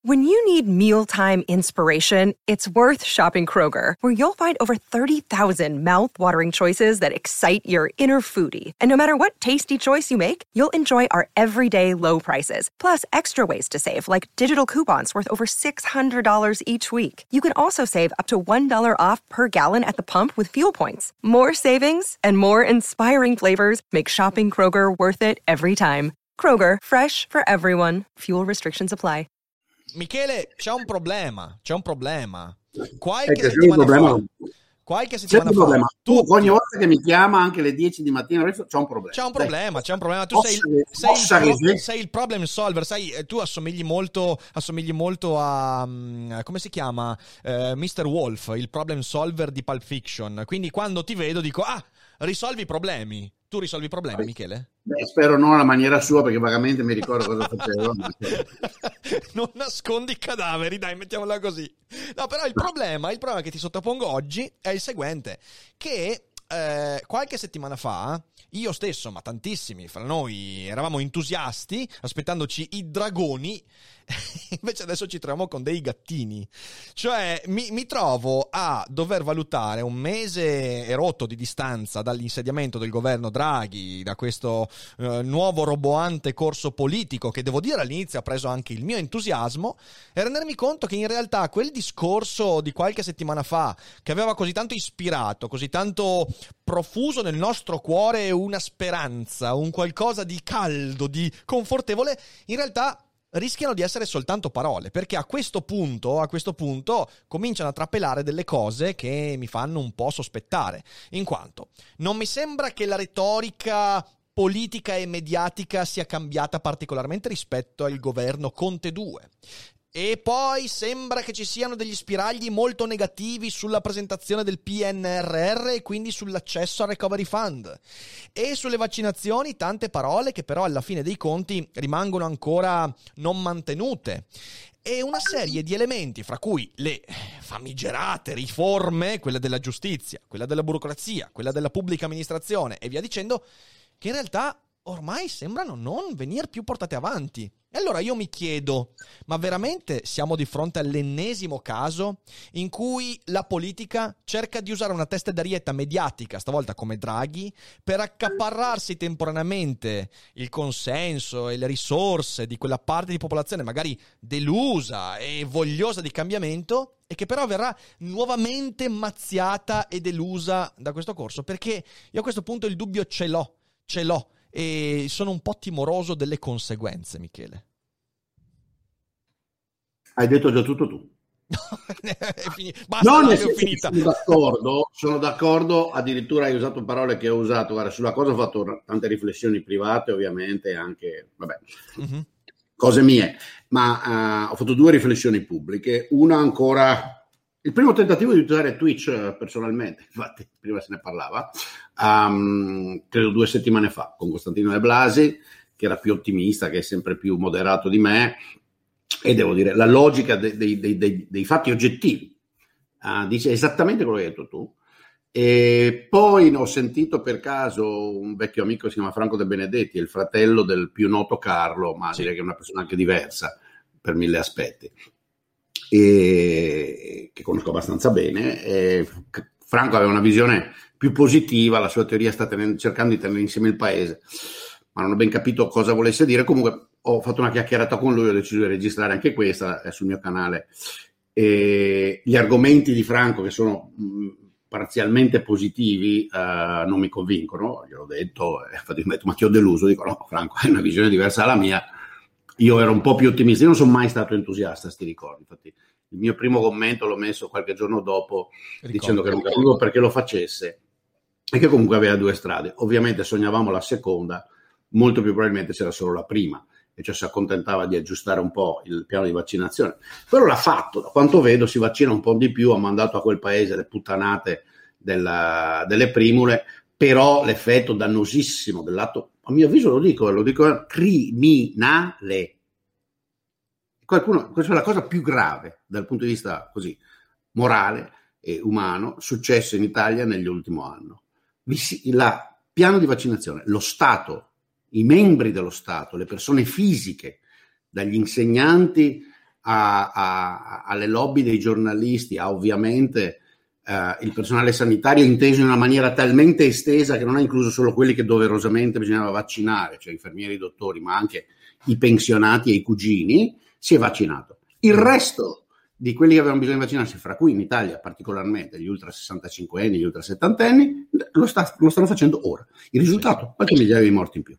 When you need mealtime inspiration, it's worth shopping Kroger, where you'll find over 30,000 mouth-watering choices that excite your inner foodie. And no matter what tasty choice you make, you'll enjoy our everyday low prices, plus extra ways to save, like digital coupons worth over $600 each week. You can also save up to $1 off per gallon at the pump with fuel points. More savings and more inspiring flavors make shopping Kroger worth it every time. Kroger, fresh for everyone. Fuel restrictions apply. Michele, c'è un problema. Qualche settimana fa. Tu ogni volta che mi chiama, anche alle 10 di mattina, c'è un problema. C'è un problema. Tu sei il problem solver, sai, tu assomigli molto a come si chiama? Mr. Wolf, il problem solver di Pulp Fiction. Quindi quando ti vedo dico, risolvi i problemi. Tu risolvi i problemi, Michele? Beh, spero non alla maniera sua, perché vagamente mi ricordo cosa facevo. Non nascondi i cadaveri, dai, mettiamola così. No, però il problema che ti sottopongo oggi è il seguente, che qualche settimana fa io stesso, ma tantissimi fra noi, eravamo entusiasti aspettandoci i dragoni, invece adesso ci troviamo con dei gattini. Cioè mi trovo a dover valutare un mese e rotto di distanza dall'insediamento del governo Draghi, da questo nuovo roboante corso politico che, devo dire, all'inizio ha preso anche il mio entusiasmo, e rendermi conto che in realtà quel discorso di qualche settimana fa, che aveva così tanto ispirato, così tanto profuso nel nostro cuore una speranza, un qualcosa di caldo, di confortevole, in realtà rischiano di essere soltanto parole, perché a questo punto cominciano a trapelare delle cose che mi fanno un po' sospettare, in quanto non mi sembra che la retorica politica e mediatica sia cambiata particolarmente rispetto al governo Conte 2. E poi sembra che ci siano degli spiragli molto negativi sulla presentazione del PNRR e quindi sull'accesso al Recovery Fund. E sulle vaccinazioni tante parole che però alla fine dei conti rimangono ancora non mantenute. E una serie di elementi, fra cui le famigerate riforme, quella della giustizia, quella della burocrazia, quella della pubblica amministrazione e via dicendo, che in realtà ormai sembrano non venir più portate avanti. E allora io mi chiedo, ma veramente siamo di fronte all'ennesimo caso in cui la politica cerca di usare una testa d'arietta mediatica, stavolta come Draghi, per accaparrarsi temporaneamente il consenso e le risorse di quella parte di popolazione magari delusa e vogliosa di cambiamento, e che però verrà nuovamente mazziata e delusa da questo corso? Perché io a questo punto il dubbio ce l'ho. E sono un po' timoroso delle conseguenze, Michele. Hai detto già tutto tu. Basta, no, ho finita. Sono d'accordo, addirittura hai usato parole che ho usato. Guarda, sulla cosa ho fatto tante riflessioni private, ovviamente, anche, cose mie, ma ho fatto 2 riflessioni pubbliche, una ancora. Il primo tentativo di usare Twitch personalmente, infatti prima se ne parlava, credo 2 settimane fa, con Costantino De Blasi, che era più ottimista, che è sempre più moderato di me, e devo dire, la logica dei fatti oggettivi dice esattamente quello che hai detto tu. E poi ho sentito per caso un vecchio amico che si chiama Franco De Benedetti, il fratello del più noto Carlo, ma direi che è una persona anche diversa per 1000 aspetti, e che conosco abbastanza bene. Franco aveva una visione più positiva, la sua teoria sta cercando di tenere insieme il paese, ma non ho ben capito cosa volesse dire. Comunque ho fatto una chiacchierata con lui, ho deciso di registrare anche questa, è sul mio canale. E gli argomenti di Franco, che sono parzialmente positivi, non mi convincono, gliel'ho detto, infatti mi ha detto, ma ti ho deluso? Dico, no, Franco, hai una visione diversa dalla mia. Io ero un po' più ottimista, io non sono mai stato entusiasta, sti ricordi. Infatti il mio primo commento l'ho messo qualche giorno dopo, dicendo che non capivo perché lo facesse e che comunque aveva 2 strade. Ovviamente sognavamo la seconda, molto più probabilmente c'era solo la prima, e cioè si accontentava di aggiustare un po' il piano di vaccinazione. Però l'ha fatto, da quanto vedo si vaccina un po' di più, ha mandato a quel paese le puttanate delle primule, però l'effetto dannosissimo del lato, a mio avviso lo dico criminale. Questa è la cosa più grave dal punto di vista così morale e umano successo in Italia negli ultimi anni. Il piano di vaccinazione, lo Stato, i membri dello Stato, le persone fisiche, dagli insegnanti alle lobby dei giornalisti, ovviamente il personale sanitario inteso in una maniera talmente estesa che non ha incluso solo quelli che doverosamente bisognava vaccinare, cioè infermieri, dottori, ma anche i pensionati e i cugini, si è vaccinato. Il resto di quelli che avevano bisogno di vaccinarsi, fra cui in Italia particolarmente gli ultra 65 anni, gli ultra 70 anni, lo stanno facendo ora. Il risultato? Qualche migliaia di morti in più.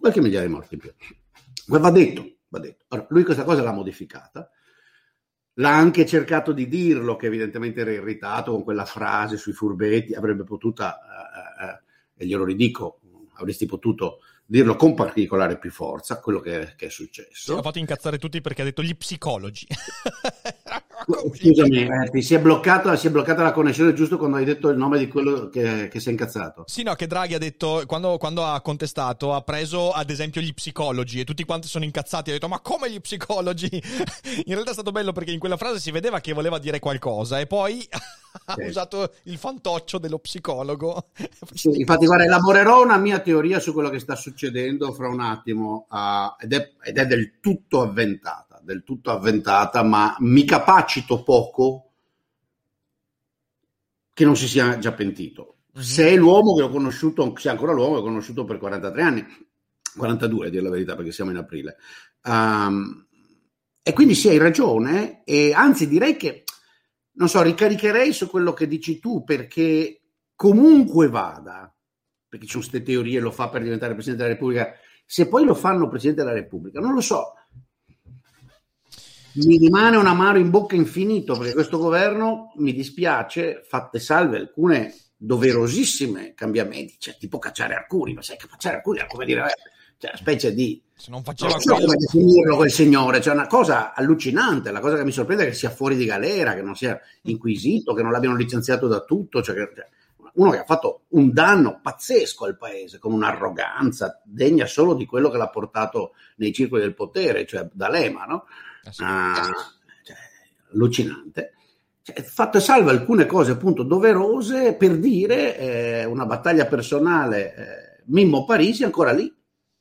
Va detto. Ora, lui questa cosa l'ha modificata. L'ha anche cercato di dirlo, che evidentemente era irritato con quella frase sui furbetti, avrebbe potuta, e glielo ridico, avresti potuto dirlo con particolare più forza, quello che è successo. Ha fatto incazzare tutti perché ha detto gli psicologi. Scusami, ti si è bloccata la connessione giusto quando hai detto il nome di quello che si è incazzato. Sì, no, che Draghi ha detto, quando ha contestato, ha preso ad esempio gli psicologi e tutti quanti sono incazzati, ha detto ma come gli psicologi? In realtà è stato bello perché in quella frase si vedeva che voleva dire qualcosa e poi ha usato il fantoccio dello psicologo. Sì, infatti guarda, elaborerò una mia teoria su quello che sta succedendo fra un attimo, ed è del tutto avventata, ma mi capacito poco che non si sia già pentito. Se è l'uomo che ho conosciuto, se è ancora l'uomo che ho conosciuto per 43 anni, 42 a dire la verità perché siamo in aprile, e quindi sì, hai ragione, e anzi direi che, non so, ricaricherei su quello che dici tu, perché comunque vada, perché ci sono queste teorie, lo fa per diventare Presidente della Repubblica, se poi lo fanno Presidente della Repubblica, non lo so, mi rimane un amaro in bocca infinito, perché questo governo, mi dispiace, fatte salve alcune doverosissime cambiamenti, cioè tipo cacciare Arcuri, ma sai che cacciare Arcuri è come dire, cioè una specie di, se non faceva come definirlo quel signore, cioè una cosa allucinante. La cosa che mi sorprende è che sia fuori di galera, che non sia inquisito, che non l'abbiano licenziato da tutto, cioè uno che ha fatto un danno pazzesco al paese con un'arroganza degna solo di quello che l'ha portato nei circoli del potere, cioè D'Alema, no? Cioè, allucinante. Fatte salve alcune cose appunto doverose, per dire una battaglia personale, Mimmo Parisi è ancora lì,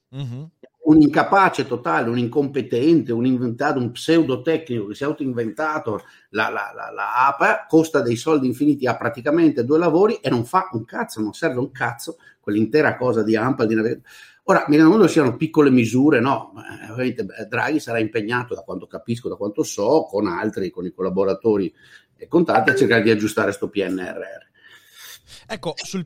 un incapace totale, un incompetente, un inventato, un pseudotecnico che si è autoinventato la APA, costa dei soldi infiniti, ha praticamente 2 lavori e non fa un cazzo, non serve un cazzo quell'intera cosa di ANPAL. Ora, mi rendo conto che siano piccole misure, no, ovviamente Draghi sarà impegnato, da quanto capisco, da quanto so, con altri, con i collaboratori e con tanti, a cercare di aggiustare sto PNRR. Ecco, sul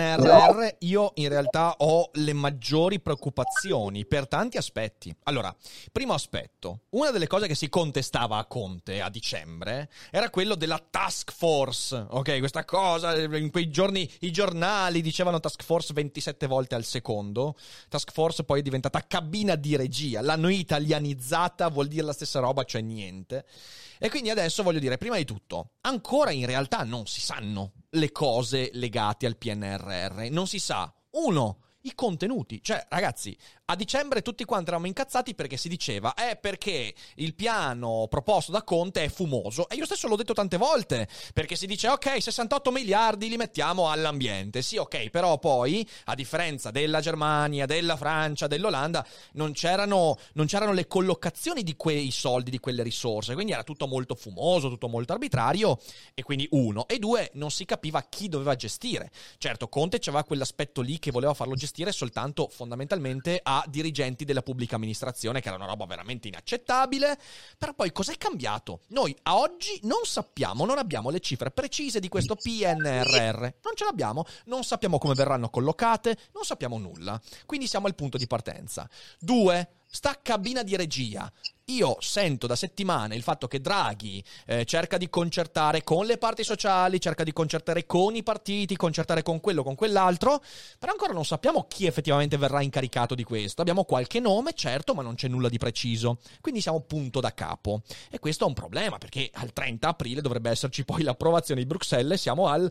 PNRR io in realtà ho le maggiori preoccupazioni per tanti aspetti. Allora, primo aspetto, una delle cose che si contestava a Conte a dicembre era quello della task force, ok? Questa cosa, in quei giorni i giornali dicevano task force 27 volte al secondo, task force poi è diventata cabina di regia, l'hanno italianizzata, vuol dire la stessa roba, cioè niente. E quindi adesso voglio dire, prima di tutto, ancora in realtà non si sanno le cose legate al PNRR, non si sa, i contenuti, cioè ragazzi, a dicembre tutti quanti eravamo incazzati perché si diceva perché il piano proposto da Conte è fumoso, e io stesso l'ho detto tante volte, perché si dice ok, 68 miliardi li mettiamo all'ambiente, sì ok, però poi a differenza della Germania, della Francia, dell'Olanda non c'erano le collocazioni di quei soldi, di quelle risorse, quindi era tutto molto fumoso, tutto molto arbitrario, e quindi 1, e 2, non si capiva chi doveva gestire. Certo, Conte c'aveva quell'aspetto lì che voleva farlo gestire soltanto fondamentalmente a dirigenti della pubblica amministrazione, che era una roba veramente inaccettabile. Però poi cos'è cambiato? Noi a oggi non sappiamo, non abbiamo le cifre precise di questo PNRR, non ce l'abbiamo, non sappiamo come verranno collocate, non sappiamo nulla, quindi siamo al punto di partenza. 2, sta cabina di regia. Io sento da settimane il fatto che Draghi cerca di concertare con le parti sociali, cerca di concertare con i partiti, concertare con quello, con quell'altro, però ancora non sappiamo chi effettivamente verrà incaricato di questo. Abbiamo qualche nome, certo, ma non c'è nulla di preciso. Quindi siamo punto da capo. E questo è un problema, perché al 30 aprile dovrebbe esserci poi l'approvazione di Bruxelles, siamo al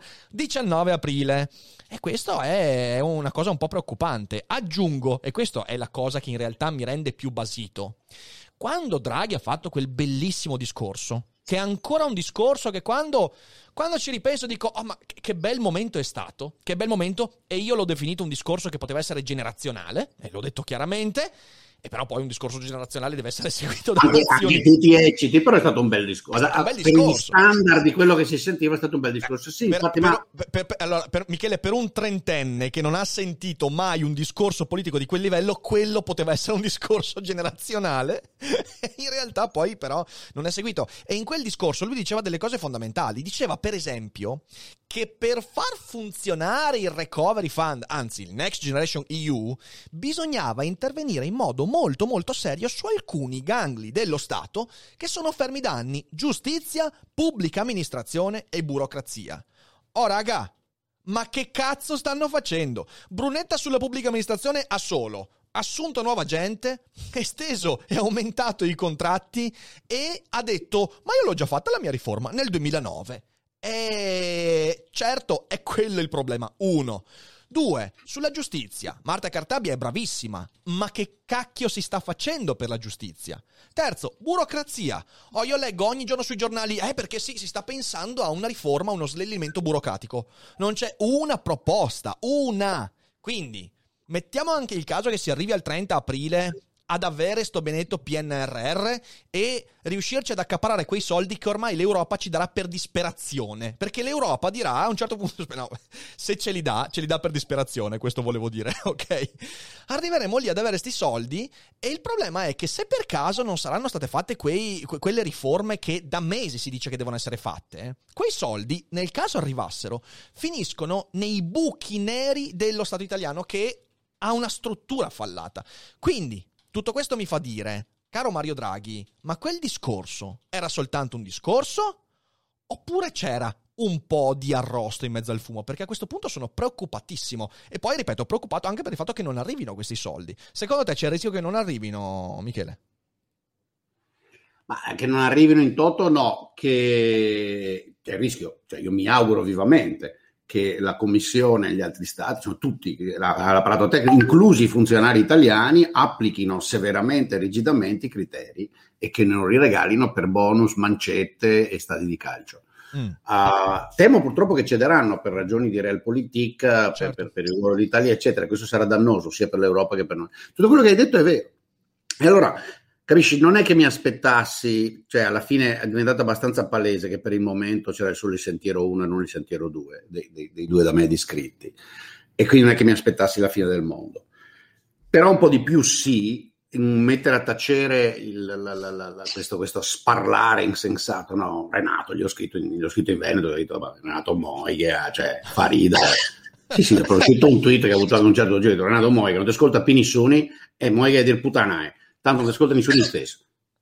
19 aprile. E questo è una cosa un po' preoccupante. Aggiungo, e questa è la cosa che in realtà mi rende più basito, quando Draghi ha fatto quel bellissimo discorso, che è ancora un discorso che quando ci ripenso dico, oh ma che bel momento è stato, che bel momento, e io l'ho definito un discorso che poteva essere generazionale, e l'ho detto chiaramente, E però poi un discorso generazionale deve essere seguito da anche azioni. tutti ecciti, però è stato un bel discorso. Bel Per gli standard di quello che si sentiva è stato un bel discorso. Sì, infatti, allora, Michele, per un trentenne che non ha sentito mai un discorso politico di quel livello, quello poteva essere un discorso generazionale. In realtà poi però non è seguito. E in quel discorso lui diceva delle cose fondamentali. Diceva, per esempio, che per far funzionare il Recovery Fund, anzi il Next Generation EU, bisognava intervenire in modo molto molto serio su alcuni gangli dello Stato che sono fermi da anni: giustizia, pubblica amministrazione e burocrazia. Oh raga, ma che cazzo stanno facendo? Brunetta sulla pubblica amministrazione ha solo assunto nuova gente, esteso e aumentato i contratti e ha detto: ma io l'ho già fatta la mia riforma nel 2009. E certo, è quello il problema. 1. 2. Sulla giustizia, Marta Cartabia è bravissima, ma che cacchio si sta facendo per la giustizia? 3. Burocrazia. Io leggo ogni giorno sui giornali, perché sì, si sta pensando a una riforma, uno snellimento burocratico. Non c'è una proposta, una. Quindi, mettiamo anche il caso che si arrivi al 30 aprile ad avere sto benedetto PNRR e riuscirci ad accaparrare quei soldi che ormai l'Europa ci darà per disperazione. Perché l'Europa dirà a un certo punto, no, se ce li dà per disperazione, questo volevo dire, ok? Arriveremo lì ad avere sti soldi e il problema è che se per caso non saranno state fatte quelle riforme che da mesi si dice che devono essere fatte, quei soldi, nel caso arrivassero, finiscono nei buchi neri dello Stato italiano che ha una struttura fallata. Quindi tutto questo mi fa dire, caro Mario Draghi, ma quel discorso era soltanto un discorso? Oppure c'era un po' di arrosto in mezzo al fumo? Perché a questo punto sono preoccupatissimo. E poi, ripeto, preoccupato anche per il fatto che non arrivino questi soldi. Secondo te c'è il rischio che non arrivino, Michele? Ma che non arrivino in toto, no. Che c'è il rischio. Cioè, io mi auguro vivamente che la Commissione e gli altri stati, sono tutti, l'apparato tecnico, inclusi i funzionari italiani, applichino severamente e rigidamente i criteri e che non li regalino per bonus, mancette e stadi di calcio. Temo purtroppo che cederanno per ragioni di realpolitik, certo, per il ruolo d'Italia, eccetera. Questo sarà dannoso sia per l'Europa che per noi. Tutto quello che hai detto è vero. E allora, capisci, non è che mi aspettassi, cioè alla fine è diventato abbastanza palese che per il momento c'era solo il Sentiero 1 e non il Sentiero 2, dei due da me descritti, e quindi non è che mi aspettassi la fine del mondo. Però un po' di più sì, mettere a tacere questo sparlare insensato. No, Renato, gli ho scritto in Veneto, ho detto, Renato Moiga, cioè Farida. Sì, ho scritto un tweet che ha avuto anche un certo giro, Renato Moiga, non ti ascolta Pinissuni e Moiga è dir puttana tanto non ascolta nessuno stesso.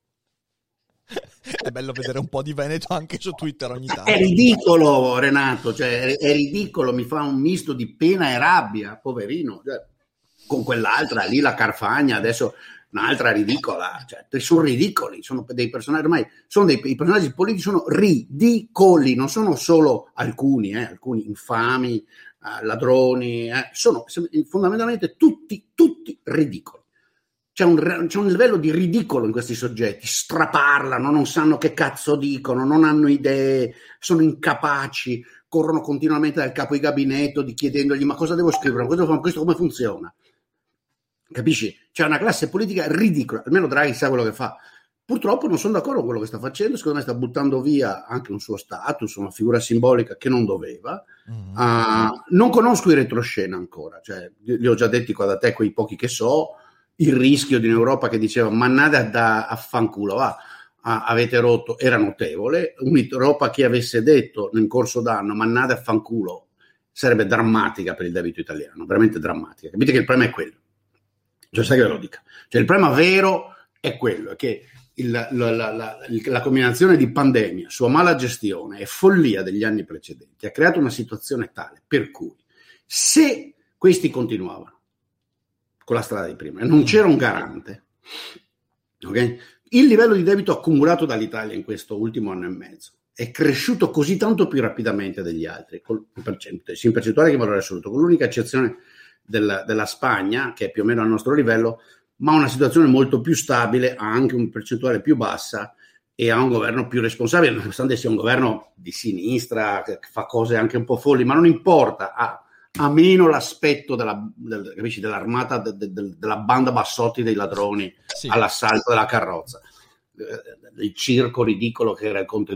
È bello vedere un po' di Veneto anche su Twitter ogni tanto. È ridicolo, Renato, cioè è ridicolo, mi fa un misto di pena e rabbia, poverino, cioè, con quell'altra lì, la Carfagna, adesso un'altra ridicola, cioè sono ridicoli, sono dei personaggi, ormai i personaggi politici sono ridicoli, non sono solo alcuni infami, ladroni, sono fondamentalmente tutti ridicoli. C'è un livello di ridicolo in questi soggetti, straparlano, non sanno che cazzo dicono, non hanno idee, sono incapaci, corrono continuamente dal capo di gabinetto chiedendogli ma cosa devo scrivere, questo come funziona? Capisci? C'è una classe politica ridicola, almeno Draghi sa quello che fa. Purtroppo non sono d'accordo con quello che sta facendo, secondo me sta buttando via anche un suo status, una figura simbolica che non doveva. Non conosco i retroscena ancora, cioè li ho già detti qua da te, quei pochi che so. Il rischio di un'Europa che diceva mannate a fanculo, avete rotto, era notevole. Un'Europa che avesse detto nel corso d'anno mannate a fanculo sarebbe drammatica per il debito italiano, veramente drammatica. Capite che il problema è quello, cioè sai che ve lo dica, cioè il problema vero è quello, è che la combinazione di pandemia, sua mala gestione e follia degli anni precedenti ha creato una situazione tale per cui se questi continuavano con la strada di prima e non c'era un garante, okay? Il livello di debito accumulato dall'Italia in questo ultimo anno e mezzo è cresciuto così tanto più rapidamente degli altri, sia in percentuale che in valore assoluto, con l'unica eccezione della Spagna, che è più o meno al nostro livello, ma ha una situazione molto più stabile, ha anche un percentuale più bassa e ha un governo più responsabile, nonostante sia un governo di sinistra, che fa cose anche un po' folli, ma non importa, meno l'aspetto capisci, dell'armata, della banda Bassotti dei ladroni all'assalto della carrozza, il circo ridicolo che era il Conte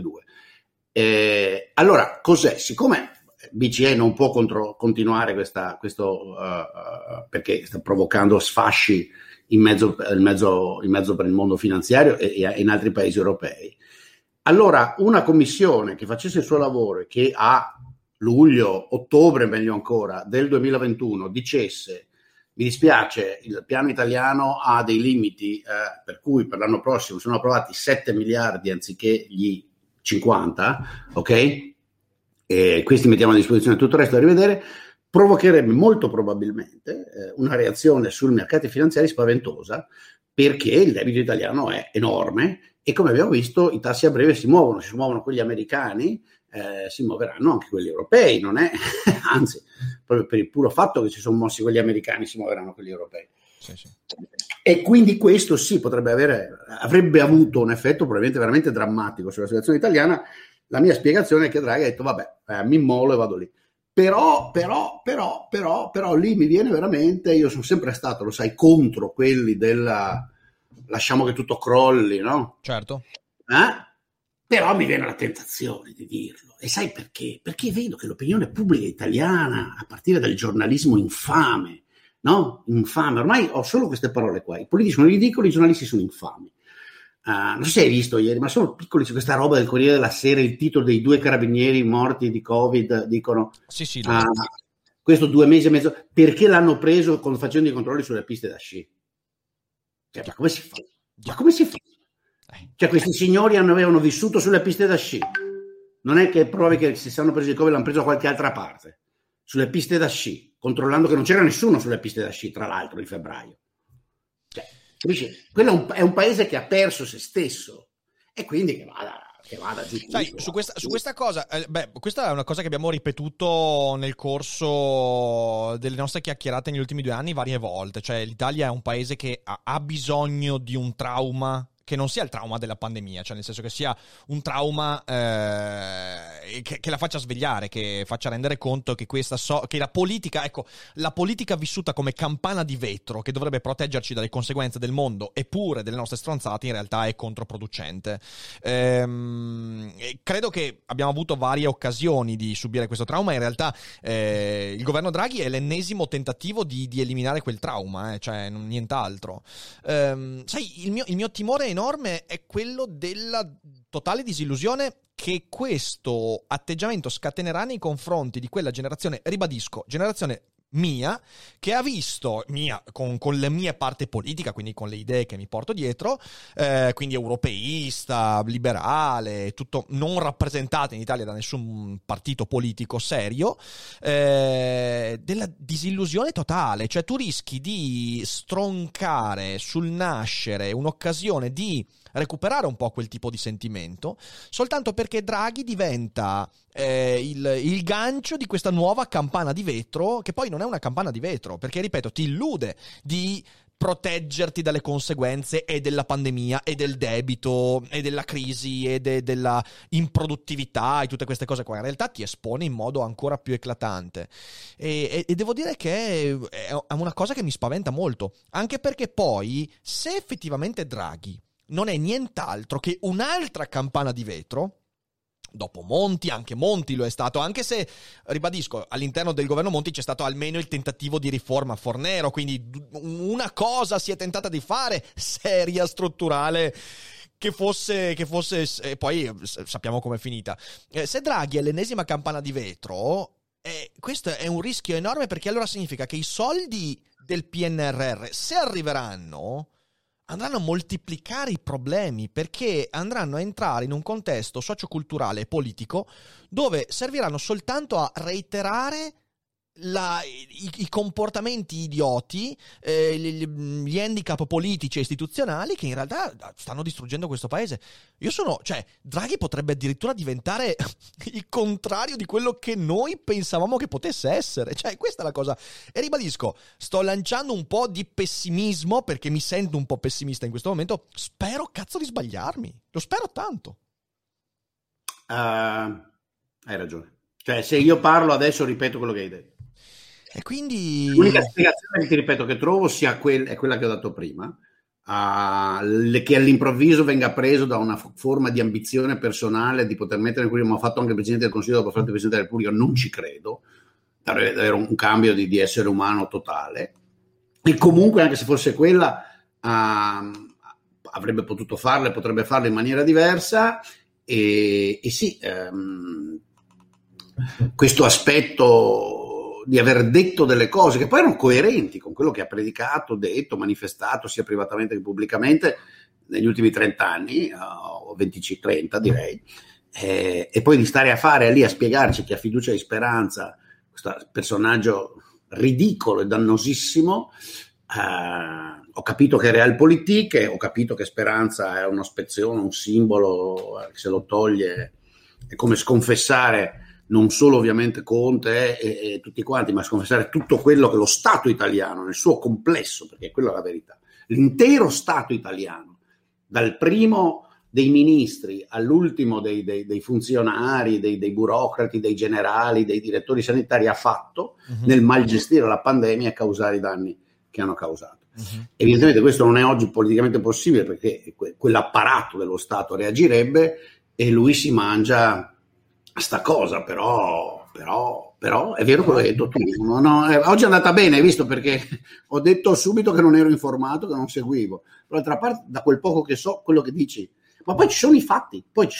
2. Allora, cos'è? Siccome BCE non può continuare questo perché sta provocando sfasci in mezzo per il mondo finanziario e in altri paesi europei, allora una commissione che facesse il suo lavoro e che a luglio, ottobre meglio ancora, del 2021 dicesse: mi dispiace, il piano italiano ha dei limiti per cui per l'anno prossimo sono approvati 7 miliardi anziché gli 50, ok? E questi mettiamo a disposizione tutto il resto da rivedere, provocherebbe molto probabilmente una reazione sui mercati finanziari spaventosa, perché il debito italiano è enorme e, come abbiamo visto, i tassi a breve si muovono quelli americani, si muoveranno anche quelli europei, non è? Anzi, proprio per il puro fatto che si sono mossi quelli americani si muoveranno quelli europei. Sì. E quindi questo sì avrebbe avuto un effetto probabilmente veramente drammatico sulla situazione italiana. La mia spiegazione è che Draghi ha detto: vabbè, mi immolo e vado lì. Però lì mi viene veramente, io sono sempre stato, lo sai, contro quelli lasciamo che tutto crolli, no? Certo. Però mi viene la tentazione di dirlo. E sai perché? Perché vedo che l'opinione pubblica italiana, a partire dal giornalismo infame, no? Infame, ormai ho solo queste parole qua: i politici sono ridicoli, i giornalisti sono infami. Non so se hai visto ieri, ma sono piccoli su questa roba del Corriere della Sera, il titolo dei 2 carabinieri morti di Covid, dicono questo 2 mesi e mezzo, perché l'hanno preso facendo i controlli sulle piste da sci. Cioè, ma come si fa? Cioè, questi signori avevano vissuto sulle piste da sci, non è che provi che se si hanno preso il Covid l'hanno preso da qualche altra parte, sulle piste da sci, controllando che non c'era nessuno sulle piste da sci, tra l'altro, di febbraio. Quello è un paese che ha perso se stesso, e quindi che vada giù. Sai, su questa cosa, questa è una cosa che abbiamo ripetuto nel corso delle nostre chiacchierate negli ultimi 2 anni varie volte. Cioè, l'Italia è un paese che ha bisogno di un trauma che non sia il trauma della pandemia, cioè nel senso che sia un trauma che la faccia svegliare, che faccia rendere conto che che la politica vissuta come campana di vetro che dovrebbe proteggerci dalle conseguenze del mondo eppure delle nostre stronzate in realtà è controproducente. Credo che abbiamo avuto varie occasioni di subire questo trauma. In realtà il governo Draghi è l'ennesimo tentativo di eliminare quel trauma, cioè nient'altro. Sai, il mio timore enorme è quello della totale disillusione che questo atteggiamento scatenerà nei confronti di quella generazione, ribadisco, generazione mia, che ha visto, con la mia parte politica, quindi con le idee che mi porto dietro, quindi europeista, liberale, tutto non rappresentate in Italia da nessun partito politico serio, della disillusione totale. Cioè, tu rischi di stroncare sul nascere un'occasione di recuperare un po' quel tipo di sentimento soltanto perché Draghi diventa il gancio di questa nuova campana di vetro, che poi non è una campana di vetro, perché, ripeto, ti illude di proteggerti dalle conseguenze e della pandemia e del debito e della crisi e della improduttività e tutte queste cose qua. In realtà ti espone in modo ancora più eclatante e devo dire che è una cosa che mi spaventa molto, anche perché poi, se effettivamente Draghi non è nient'altro che un'altra campana di vetro, dopo Monti, anche Monti lo è stato, anche se, ribadisco, all'interno del governo Monti c'è stato almeno il tentativo di riforma Fornero, quindi una cosa si è tentata di fare, seria, strutturale, che fosse poi sappiamo com'è finita. Se Draghi è l'ennesima campana di vetro, questo è un rischio enorme, perché allora significa che i soldi del PNRR, se arriveranno, andranno a moltiplicare i problemi, perché andranno a entrare in un contesto socioculturale e politico dove serviranno soltanto a reiterare i comportamenti idioti, gli handicap politici e istituzionali che in realtà stanno distruggendo questo paese. Draghi potrebbe addirittura diventare il contrario di quello che noi pensavamo che potesse essere. Cioè, questa è la cosa. E ribadisco, sto lanciando un po' di pessimismo perché mi sento un po' pessimista in questo momento. Spero cazzo di sbagliarmi. Lo spero tanto. Hai ragione. Cioè, se io parlo adesso ripeto quello che hai detto. E quindi... L'unica spiegazione, ti ripeto, che trovo è quella che ho dato prima, che all'improvviso venga preso da una forma di ambizione personale di poter mettere in cui ha fatto anche il Presidente del Consiglio dopo fatto il Presidente della Repubblica, non ci credo, davvero un cambio di essere umano totale. E comunque, anche se fosse quella, avrebbe potuto farla e potrebbe farla in maniera diversa. E sì, questo aspetto di aver detto delle cose che poi erano coerenti con quello che ha predicato, detto, manifestato sia privatamente che pubblicamente negli ultimi 30 anni, o 25-30 direi, e poi di stare a fare lì a spiegarci che ha fiducia di Speranza, questo personaggio ridicolo e dannosissimo. Ho capito che è realpolitik, ho capito che Speranza è una spezione, un simbolo, che se lo toglie è come sconfessare non solo ovviamente Conte e tutti quanti, ma sconfessare tutto quello che lo Stato italiano nel suo complesso, perché quella è la verità, l'intero Stato italiano, dal primo dei ministri all'ultimo dei funzionari, dei burocrati, dei generali, dei direttori sanitari, ha fatto nel malgestire la pandemia e causare i danni che hanno causato. Evidentemente questo non è oggi politicamente possibile, perché quell'apparato dello Stato reagirebbe e lui si mangia sta cosa, però è vero quello che hai detto tu. Oggi è andata bene, hai visto, perché ho detto subito che non ero informato, che non seguivo. Però d'altra parte, da quel poco che so, quello che dici, ma poi ci sono i fatti,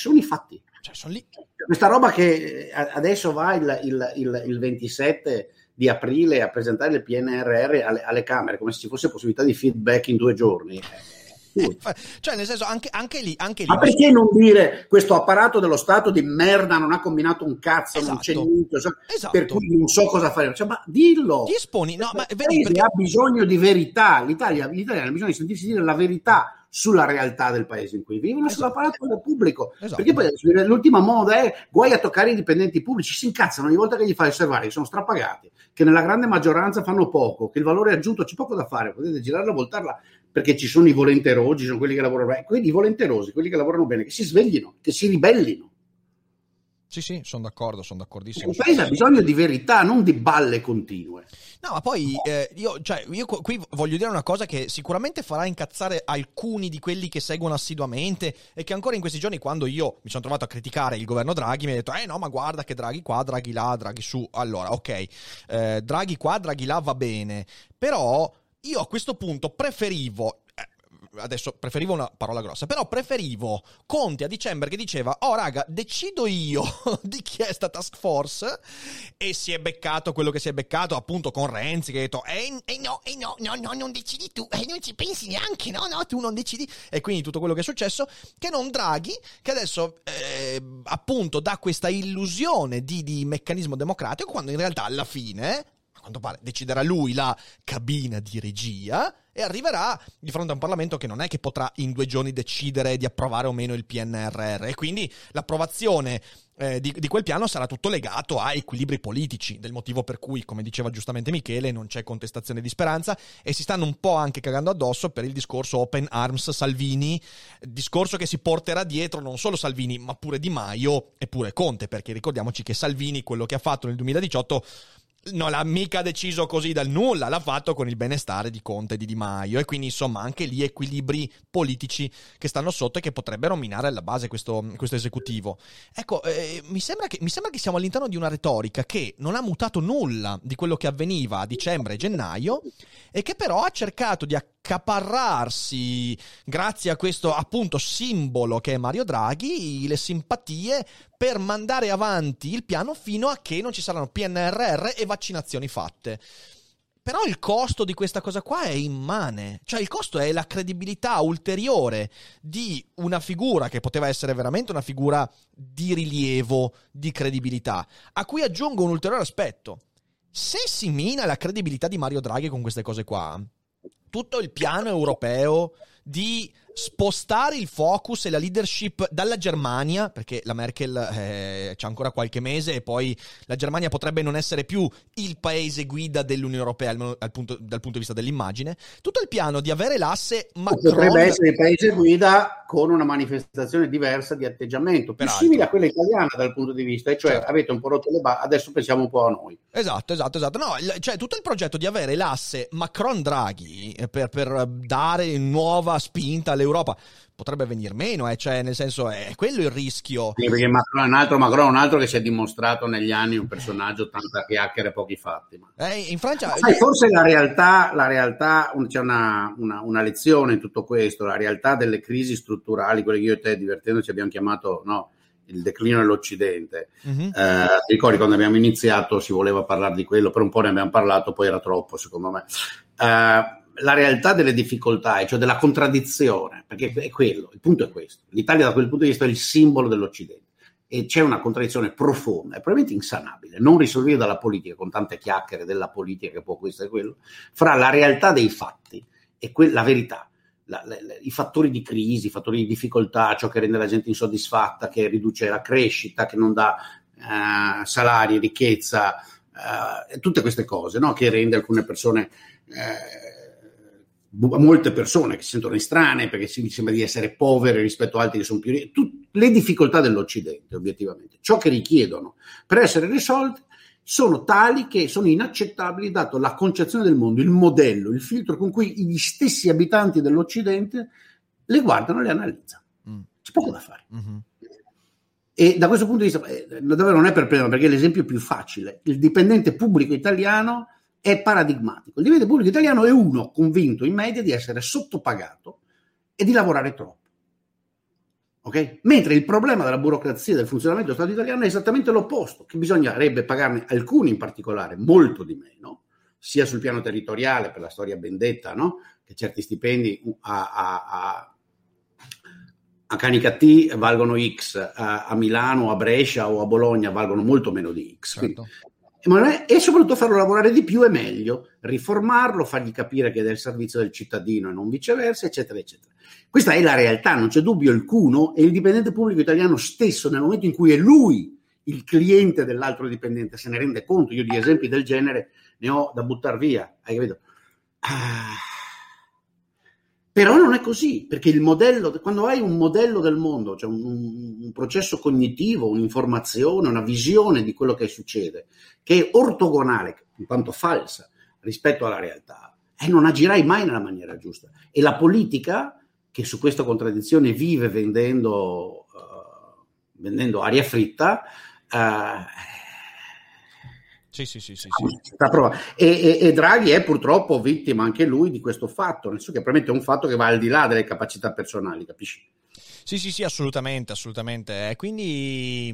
Cioè, sono lì. Questa roba che adesso va il 27 di aprile a presentare il PNRR alle Camere, come se ci fosse possibilità di feedback in 2 giorni. Cioè, nel senso, anche lì. Ma perché non dire questo apparato dello Stato di merda non ha combinato un cazzo, esatto, non c'è niente, esatto, per cui non so cosa fare. Cioè, ma dillo! Ti esponi, no, ma vedi, perché ha bisogno di verità. L'Italia ha bisogno di sentirsi dire la verità sulla realtà del paese in cui vivono, esatto, sull'apparato del pubblico. Esatto. Perché poi l'ultima moda è guai a toccare i dipendenti pubblici, si incazzano ogni volta che gli fai osservare che sono strapagati, che nella grande maggioranza fanno poco, che il valore aggiunto c'è poco da fare, potete girarla, voltarla, perché ci sono i volenterosi, ci sono quelli che lavorano bene, quelli volenterosi, quelli che lavorano bene, che si sveglino, che si ribellino. Sì, sono d'accordissimo. Il paese ha bisogno di verità, non di balle continue. No, ma poi io qui voglio dire una cosa che sicuramente farà incazzare alcuni di quelli che seguono assiduamente e che ancora in questi giorni, quando io mi sono trovato a criticare il governo Draghi, mi ha detto no, ma guarda che Draghi qua, Draghi là, Draghi su. Allora, ok, Draghi qua, Draghi là va bene, però io a questo punto preferivo una parola grossa, però preferivo Conte a dicembre che diceva raga, decido io di chi è sta task force, e si è beccato quello che si è beccato appunto con Renzi che ha detto no, non decidi tu, non ci pensi neanche, no, tu non decidi, e quindi tutto quello che è successo, che non Draghi, che adesso appunto dà questa illusione di meccanismo democratico, quando in realtà alla fine, a quanto pare, deciderà lui la cabina di regia e arriverà di fronte a un Parlamento che non è che potrà in 2 giorni decidere di approvare o meno il PNRR, e quindi l'approvazione di quel piano sarà tutto legato a equilibri politici, del motivo per cui, come diceva giustamente Michele, non c'è contestazione di Speranza, e si stanno un po' anche cagando addosso per il discorso Open Arms Salvini, discorso che si porterà dietro non solo Salvini ma pure Di Maio e pure Conte, perché ricordiamoci che Salvini quello che ha fatto nel 2018 non l'ha mica deciso così dal nulla, l'ha fatto con il benestare di Conte e di Di Maio, e quindi insomma anche lì equilibri politici che stanno sotto e che potrebbero minare alla base questo esecutivo. Ecco, mi sembra che siamo all'interno di una retorica che non ha mutato nulla di quello che avveniva a dicembre e gennaio, e che però ha cercato di accaparrarsi, grazie a questo appunto simbolo che è Mario Draghi, le simpatie per mandare avanti il piano fino a che non ci saranno PNRR e vaccinazioni fatte. Però il costo di questa cosa qua è immane, cioè il costo è la credibilità ulteriore di una figura che poteva essere veramente una figura di rilievo, di credibilità, a cui aggiungo un ulteriore aspetto. Se si mina la credibilità di Mario Draghi con queste cose qua, tutto il piano europeo di spostare il focus e la leadership dalla Germania, perché la Merkel c'ha ancora qualche mese e poi la Germania potrebbe non essere più il paese guida dell'Unione Europea, almeno dal punto di vista dell'immagine. Tutto il piano di avere l'asse Macron... Potrebbe essere il paese guida con una manifestazione diversa di atteggiamento, più simile a quella italiana dal punto di vista, e cioè avete un po' rotto le balle, adesso pensiamo un po' a noi. Esatto. No, cioè tutto il progetto di avere l'asse Macron-Draghi per dare nuova spinta all'Europa potrebbe venir meno, cioè nel senso è quello il rischio. Sì, perché Macron è un altro che si è dimostrato negli anni un personaggio tanta chiacchiere e pochi fatti. In Francia... forse la realtà c'è una lezione in tutto questo, la realtà delle crisi strutturali, quelle che io e te divertendoci abbiamo chiamato il declino dell'Occidente. Ti ricordi quando abbiamo iniziato si voleva parlare di quello, per un po' ne abbiamo parlato, poi era troppo secondo me. La realtà delle difficoltà, cioè della contraddizione, perché è quello, il punto è questo. L'Italia da quel punto di vista è il simbolo dell'Occidente e c'è una contraddizione profonda e probabilmente insanabile, non risolvibile dalla politica, con tante chiacchiere della politica che può questo e quello, fra la realtà dei fatti e la verità. I fattori di crisi, i fattori di difficoltà, ciò che rende la gente insoddisfatta, che riduce la crescita, che non dà salari, ricchezza, tutte queste cose, che rende alcune persone, molte persone che si sentono estranee perché si sembra di essere povere rispetto a altri che sono più ricchi, le difficoltà dell'Occidente obiettivamente, ciò che richiedono per essere risolte sono tali che sono inaccettabili dato la concezione del mondo, il modello, il filtro con cui gli stessi abitanti dell'Occidente le guardano e le analizzano. C'è poco da fare. E da questo punto di vista davvero non è per prendere, perché è l'esempio più facile. Il dipendente pubblico italiano è paradigmatico. Il dipendente pubblico italiano è uno convinto in media di essere sottopagato e di lavorare troppo. Okay? Mentre il problema della burocrazia e del funzionamento dello Stato italiano è esattamente l'opposto, che bisognerebbe pagarne alcuni in particolare molto di meno, sia sul piano territoriale per la storia ben detta, che certi stipendi a Canicattì valgono X, a Milano, a Brescia o a Bologna valgono molto meno di X. Certo. E soprattutto farlo lavorare di più è meglio, riformarlo, fargli capire che è del servizio del cittadino e non viceversa, eccetera, eccetera. Questa è la realtà, non c'è dubbio alcuno, e il dipendente pubblico italiano stesso, nel momento in cui è lui il cliente dell'altro dipendente, se ne rende conto. Io di esempi del genere ne ho da buttare via, hai capito? Però non è così, perché il modello, quando hai un modello del mondo, cioè un processo cognitivo, un'informazione, una visione di quello che succede, che è ortogonale, in quanto falsa, rispetto alla realtà, non agirai mai nella maniera giusta. E la politica, che su questa contraddizione vive vendendo aria fritta, Sì. E Draghi è purtroppo vittima anche lui di questo fatto, nel senso che probabilmente è un fatto che va al di là delle capacità personali, capisci? Sì, assolutamente. Quindi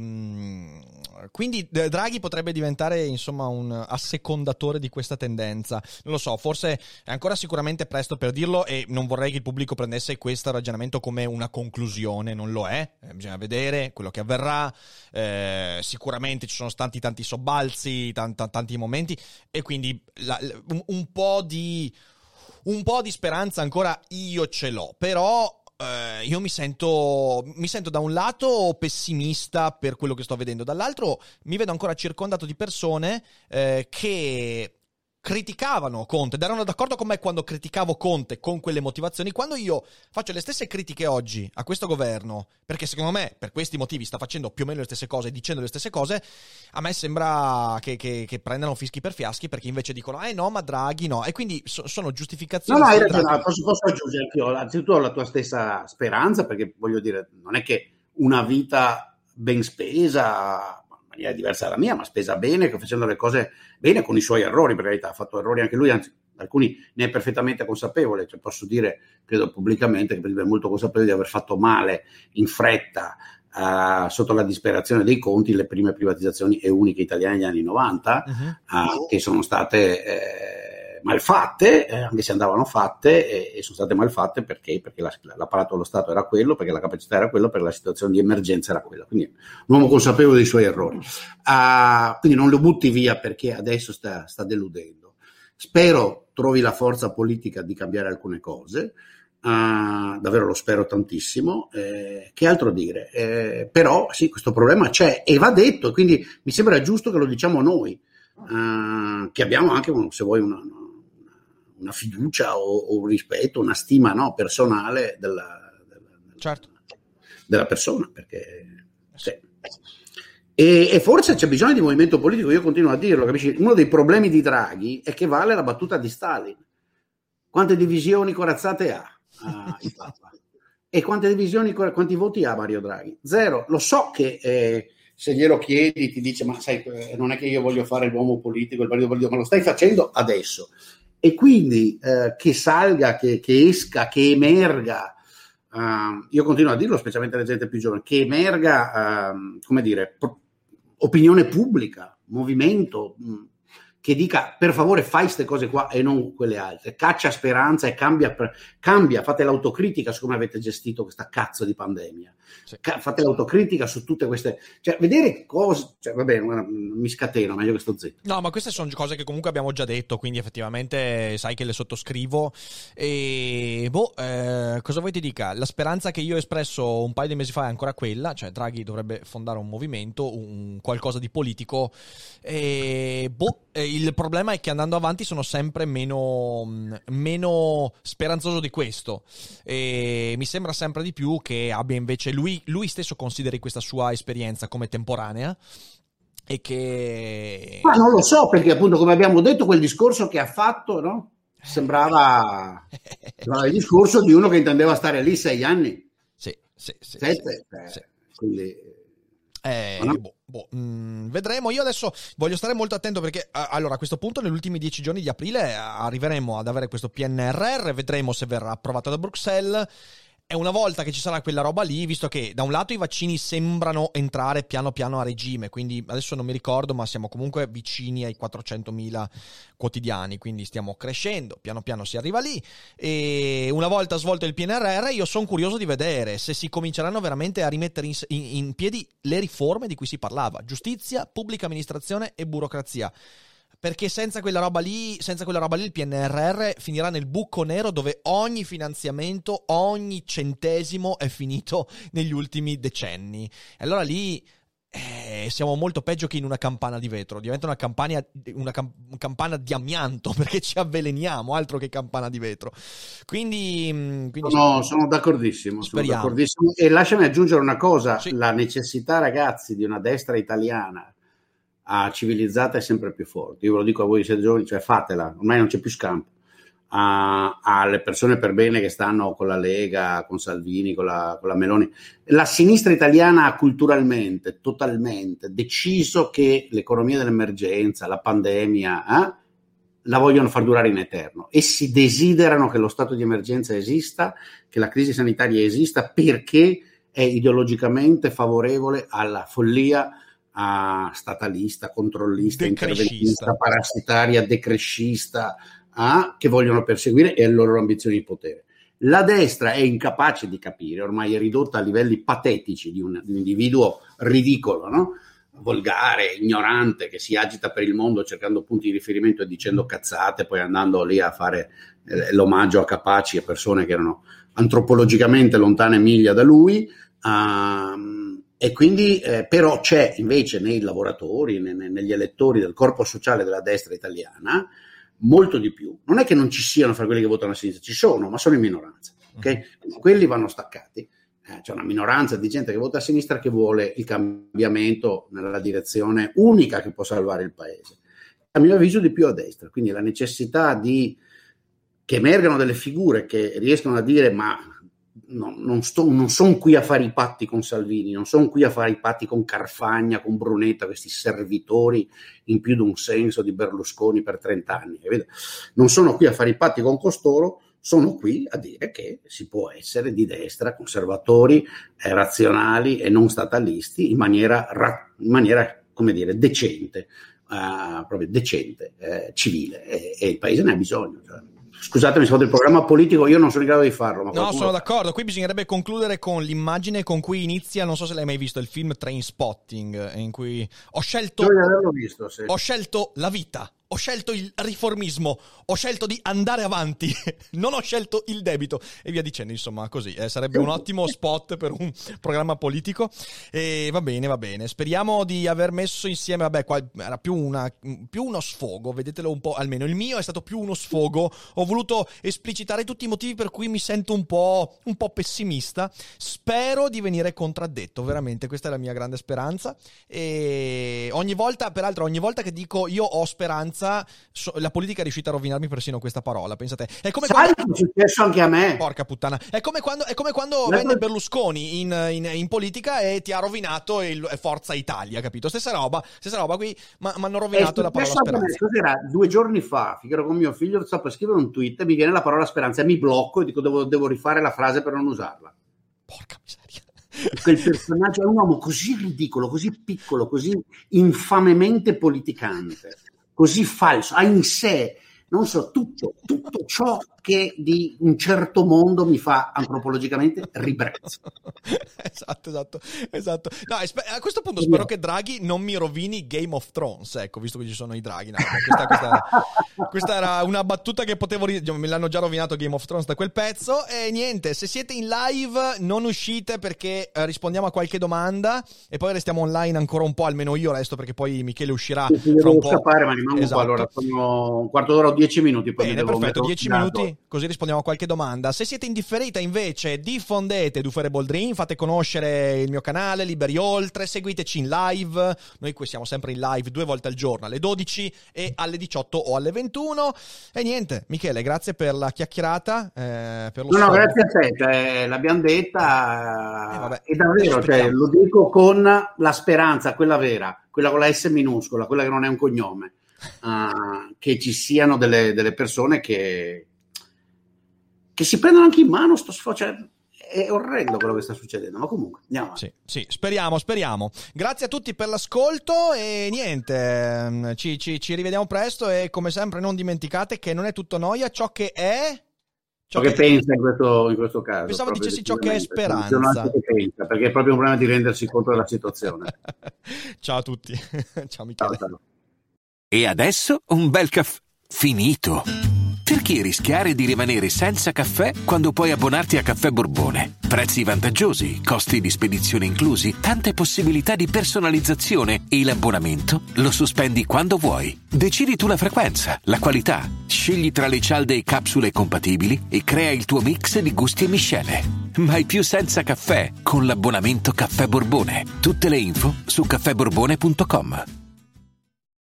Draghi potrebbe diventare, insomma, un assecondatore di questa tendenza. Non lo so, forse è ancora sicuramente presto per dirlo e non vorrei che il pubblico prendesse questo ragionamento come una conclusione, non lo è. Bisogna vedere quello che avverrà. Sicuramente ci sono stati tanti sobbalzi, tanti momenti, e quindi un po' di speranza ancora io ce l'ho, però io mi sento da un lato pessimista per quello che sto vedendo, dall'altro mi vedo ancora circondato di persone che criticavano Conte ed erano d'accordo con me quando criticavo Conte con quelle motivazioni. Quando io faccio le stesse critiche oggi a questo governo, perché secondo me per questi motivi sta facendo più o meno le stesse cose, dicendo le stesse cose, a me sembra che prendano fischi per fiaschi, perché invece dicono no, ma Draghi no, e quindi sono giustificazioni. No, hai ragione, posso aggiungere anch'io, anzitutto la tua stessa speranza, perché voglio dire, non è che una vita ben spesa, in maniera diversa dalla mia, ma spesa bene, facendo le cose bene, con i suoi errori, per carità, ha fatto errori anche lui, anzi alcuni ne è perfettamente consapevole, cioè posso dire, credo pubblicamente, che è molto consapevole di aver fatto male in fretta, sotto la disperazione dei conti, le prime privatizzazioni e uniche italiane negli anni 90, che sono state malfatte, anche se andavano fatte, e sono state malfatte perché l'apparato dello Stato era quello, perché la capacità era quello, perché la situazione di emergenza era quella. Quindi un uomo consapevole dei suoi errori. Quindi non lo butti via perché adesso sta deludendo. Spero trovi la forza politica di cambiare alcune cose. davvero lo spero tantissimo. Che altro dire? Però sì, questo problema c'è e va detto, quindi mi sembra giusto che lo diciamo noi, che abbiamo anche, se vuoi, una fiducia o un rispetto, una stima, no, personale certo, della persona, perché sì. E forse c'è bisogno di movimento politico, io continuo a dirlo, capisci? Uno dei problemi di Draghi è che vale la battuta di Stalin. Quante divisioni corazzate ha il Papa? E quanti voti ha Mario Draghi? 0. Lo so che se glielo chiedi ti dice, ma sai, non è che io voglio fare l'uomo politico, ma lo stai facendo adesso. E quindi che salga, che esca, che emerga, io continuo a dirlo, specialmente alla gente più giovane, che emerga, come dire, opinione pubblica, movimento, che dica per favore fai queste cose qua e non quelle altre, caccia speranza e cambia, fate l'autocritica su come avete gestito questa cazzo di pandemia, sì. Fate l'autocritica su tutte queste, cioè vedere cose, cioè, va bene, mi scateno, meglio che sto zitto. No, ma queste sono cose che comunque abbiamo già detto, quindi effettivamente sai che le sottoscrivo e cosa vuoi ti dica? La speranza che io ho espresso un paio di mesi fa è ancora quella, cioè Draghi dovrebbe fondare un movimento, qualcosa di politico e il problema è che andando avanti sono sempre meno speranzoso di questo e mi sembra sempre di più che abbia invece lui stesso consideri questa sua esperienza come temporanea e che... Ma non lo so, perché appunto come abbiamo detto quel discorso che ha fatto, no? Sembrava il discorso di uno che intendeva stare lì 6 anni. Sì. 7, sì. Quindi... vedremo. Io adesso voglio stare molto attento perché allora a questo punto negli ultimi 10 giorni di aprile arriveremo ad avere questo PNRR, vedremo se verrà approvato da Bruxelles e una volta che ci sarà quella roba lì, visto che da un lato i vaccini sembrano entrare piano piano a regime, quindi adesso non mi ricordo ma siamo comunque vicini ai 400.000 quotidiani, quindi stiamo crescendo, piano piano si arriva lì e una volta svolto il PNRR io sono curioso di vedere se si cominceranno veramente a rimettere in piedi le riforme di cui si parlava, giustizia, pubblica amministrazione e burocrazia. Perché senza quella roba lì il PNRR finirà nel buco nero dove ogni finanziamento, ogni centesimo è finito negli ultimi decenni. E allora lì siamo molto peggio che in una campana di vetro, diventa una campana di amianto perché ci avveleniamo, altro che campana di vetro. Quindi no, sono d'accordissimo. E lasciami aggiungere una cosa, sì. La necessità, ragazzi, di una destra italiana civilizzata è sempre più forte. Io ve lo dico a voi, siete giovani, cioè fatela, ormai non c'è più scampo. Alle persone per bene che stanno con la Lega, con Salvini, con la Meloni. La sinistra italiana ha culturalmente, totalmente deciso che l'economia dell'emergenza, la pandemia, la vogliono far durare in eterno e si desiderano che lo stato di emergenza esista, che la crisi sanitaria esista perché è ideologicamente favorevole alla follia statalista, controllista, interventista, parassitaria, decrescista, che vogliono perseguire e le loro ambizioni di potere. La destra è incapace di capire, ormai è ridotta a livelli patetici di un individuo ridicolo, no? Volgare, ignorante, che si agita per il mondo cercando punti di riferimento e dicendo cazzate, poi andando lì a fare l'omaggio a capaci, a persone che erano antropologicamente lontane miglia da lui. E quindi però c'è invece nei lavoratori, negli elettori del corpo sociale della destra italiana molto di più. Non è che non ci siano fra quelli che votano a sinistra, ci sono, ma sono in minoranza. Okay? Quelli vanno staccati. C'è una minoranza di gente che vota a sinistra che vuole il cambiamento nella direzione unica che può salvare il paese. A mio avviso di più a destra. Quindi la necessità che emergano delle figure che riescano a dire ma non sono qui a fare i patti con Salvini, non sono qui a fare i patti con Carfagna, con Brunetta, questi servitori in più di un senso di Berlusconi per 30 anni. Non sono qui a fare i patti con costoro, sono qui a dire che si può essere di destra, conservatori, razionali e non statalisti in maniera come dire, decente, proprio decente, civile, e il paese ne ha bisogno. Cioè. Scusatemi se fate il programma politico, io non sono in grado di farlo. Ma no, sono d'accordo. Qui bisognerebbe concludere con l'immagine con cui inizia, non so se l'hai mai visto, il film Trainspotting, in cui ho scelto la vita, ho scelto il riformismo, ho scelto di andare avanti, non ho scelto il debito e via dicendo, insomma, così. Sarebbe un ottimo spot per un programma politico. E va bene. Speriamo di aver messo insieme, vabbè, qua era più uno sfogo, vedetelo un po', almeno il mio è stato più uno sfogo. Ho voluto esplicitare tutti i motivi per cui mi sento un po' pessimista. Spero di venire contraddetto, veramente, questa è la mia grande speranza. E ogni volta che dico io ho speranza, la politica è riuscita a rovinarmi persino questa parola, pensate. È come sai che è successo anche a me. Porca puttana. È come quando venne Berlusconi in politica e ti ha rovinato il Forza Italia, capito? Stessa roba qui, ma hanno rovinato la parola speranza. Cos'era? 2 giorni fa, ero con mio figlio, sto per scrivere un tweet e mi viene la parola speranza e mi blocco e dico devo rifare la frase per non usarla. Porca miseria. Quel personaggio è un uomo così ridicolo, così piccolo, così infamemente politicante, così falso, ha in sé, non so, tutto ciò che di un certo mondo mi fa antropologicamente ribrezzo. Esatto. No, a questo punto spero che Draghi non mi rovini Game of Thrones, ecco, visto che ci sono i draghi. No, questa era una battuta che potevo me l'hanno già rovinato Game of Thrones da quel pezzo. E niente, se siete in live non uscite perché rispondiamo a qualche domanda e poi restiamo online ancora un po', almeno io resto perché poi Michele uscirà fra un po'. Scappare, ma rimango un po', allora sono un quarto d'ora o 10 minuti. Poi bene, perfetto, 10 minuti. Così rispondiamo a qualche domanda. Se siete in differita invece diffondete Duferable Dream, fate conoscere il mio canale Liberi Oltre, seguiteci in live. Noi qui siamo sempre in live 2 volte al giorno, alle 12 e alle 18 o alle 21. E niente, Michele, grazie per la chiacchierata, per lo No, grazie a te, cioè, l'abbiamo detta vabbè, e davvero, cioè, lo dico con la speranza, quella vera, quella con la S minuscola, quella che non è un cognome, che ci siano delle persone che si prendono anche in mano sto sfogo. È orrendo quello che sta succedendo, ma comunque andiamo avanti. Sì, speriamo. Grazie a tutti per l'ascolto e niente, ci rivediamo presto e come sempre non dimenticate che non è tutto noia ciò che è... Ciò che pensa in questo caso. Pensavo dicessi ciò che è speranza. Che pensa, perché è proprio un problema di rendersi conto della situazione. Ciao a tutti. Ciao Michele. Ciao. E adesso un bel caffè finito. Perché rischiare di rimanere senza caffè quando puoi abbonarti a Caffè Borbone? Prezzi vantaggiosi, costi di spedizione inclusi, tante possibilità di personalizzazione e l'abbonamento lo sospendi quando vuoi. Decidi tu la frequenza, la qualità, scegli tra le cialde e capsule compatibili e crea il tuo mix di gusti e miscele. Mai più senza caffè con l'abbonamento Caffè Borbone. Tutte le info su caffèborbone.com.